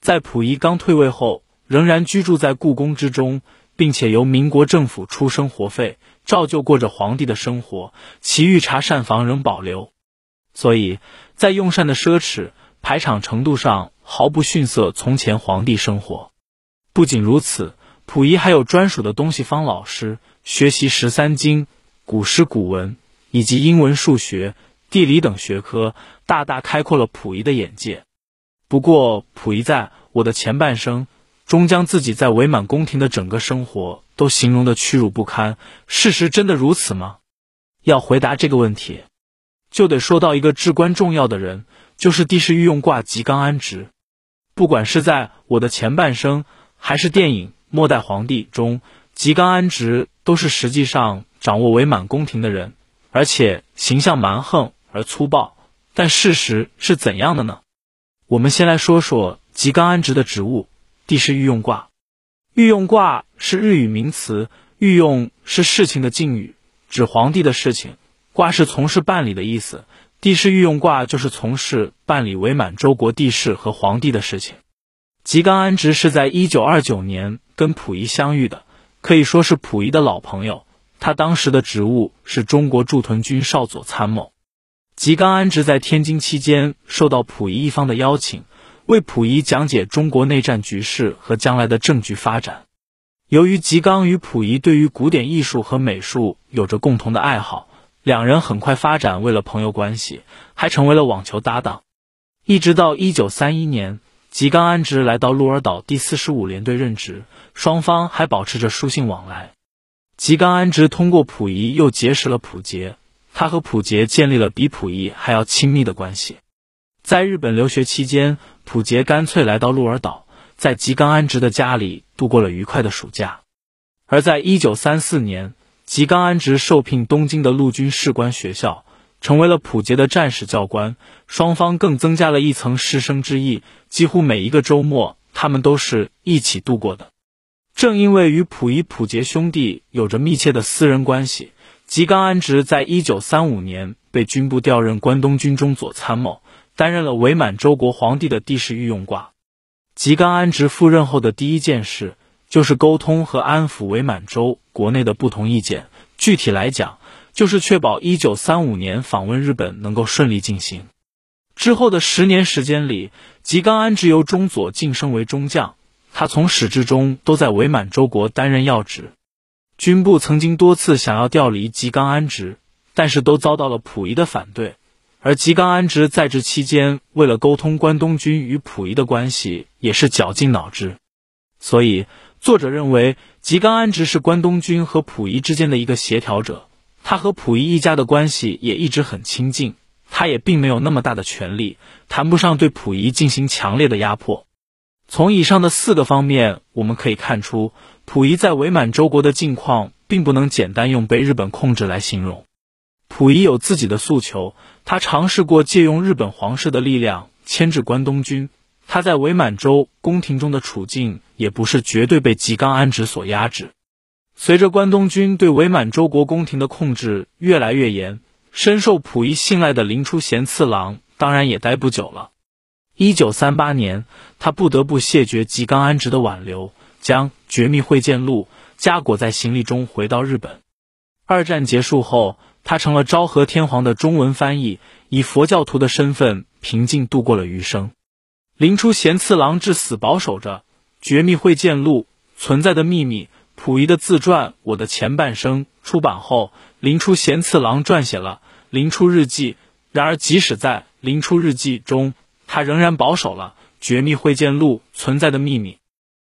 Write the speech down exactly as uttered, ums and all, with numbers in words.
在溥仪刚退位后，仍然居住在故宫之中，并且由民国政府出生活费，照旧过着皇帝的生活，其御茶膳房仍保留。所以在用膳的奢侈、排场程度上毫不逊色从前皇帝生活。不仅如此，溥仪还有专属的东西方老师，学习十三经、古诗古文以及英文、数学、地理等学科，大大开阔了溥仪的眼界。不过溥仪在我的前半生终将自己在伪满宫廷的整个生活都形容得屈辱不堪，事实真的如此吗？要回答这个问题，就得说到一个至关重要的人，就是帝释御用挂吉冈安直。不管是在我的前半生还是电影《末代皇帝》中，吉冈安直都是实际上掌握伪满宫廷的人，而且形象蛮横而粗暴。但事实是怎样的呢？我们先来说说吉冈安直的职务，帝释御用挂。御用挂是日语名词，御用是事情的敬语，指皇帝的事情，挂是从事办理的意思。帝释御用挂就是从事办理伪满洲国帝室和皇帝的事情。吉冈安直是在一九二九年跟溥仪相遇的，可以说是溥仪的老朋友。他当时的职务是中国驻屯军少佐参谋。吉冈安直在天津期间受到溥仪一方的邀请，为溥仪讲解中国内战局势和将来的政局发展。由于吉冈与溥仪对于古典艺术和美术有着共同的爱好，两人很快发展为了朋友关系，还成为了网球搭档。一直到一九三一年，吉冈安直来到鹿儿岛第四十五联队任职，双方还保持着书信往来。吉冈安直通过溥仪又结识了溥杰，他和溥杰建立了比溥仪还要亲密的关系。在日本留学期间，溥杰干脆来到鹿儿岛，在吉冈安直的家里度过了愉快的暑假。而在一九三四年，吉冈安直受聘东京的陆军士官学校，成为了溥杰的战士教官，双方更增加了一层师生之谊，几乎每一个周末他们都是一起度过的。正因为与溥仪、溥杰兄弟有着密切的私人关系，吉冈安直在一九三五年被军部调任关东军中佐参谋，担任了伪满洲国皇帝的帝释御用挂。吉冈安直赴任后的第一件事就是沟通和安抚伪满洲国内的不同意见，具体来讲，就是确保一九三五年访问日本能够顺利进行。之后的十年时间里，吉冈安直由中佐晋升为中将，他从始至终都在伪满洲国担任要职。军部曾经多次想要调离吉冈安直，但是都遭到了溥仪的反对。而吉冈安直在职期间，为了沟通关东军与溥仪的关系，也是绞尽脑汁。所以作者认为吉冈安直是关东军和溥仪之间的一个协调者，他和溥仪一家的关系也一直很亲近，他也并没有那么大的权力，谈不上对溥仪进行强烈的压迫。从以上的四个方面，我们可以看出，溥仪在伪满洲国的境况并不能简单用被日本控制来形容。溥仪有自己的诉求，他尝试过借用日本皇室的力量牵制关东军，他在伪满洲宫廷中的处境也不是绝对被吉冈安直所压制。随着关东军对伪满洲国宫廷的控制越来越严，深受溥仪信赖的林出贤次郎当然也待不久了。一九三八年，他不得不谢绝吉冈安直的挽留，将《绝密会见录》夹裹在行李中回到日本。二战结束后，他成了昭和天皇的中文翻译，以佛教徒的身份平静度过了余生。林出贤次郎至死保守着《绝密会见录》存在的秘密。溥仪的自传《我的前半生》出版后，林出贤次郎撰写了《林出日记》，然而即使在《林出日记》中，他仍然保守了《绝密会见录》存在的秘密。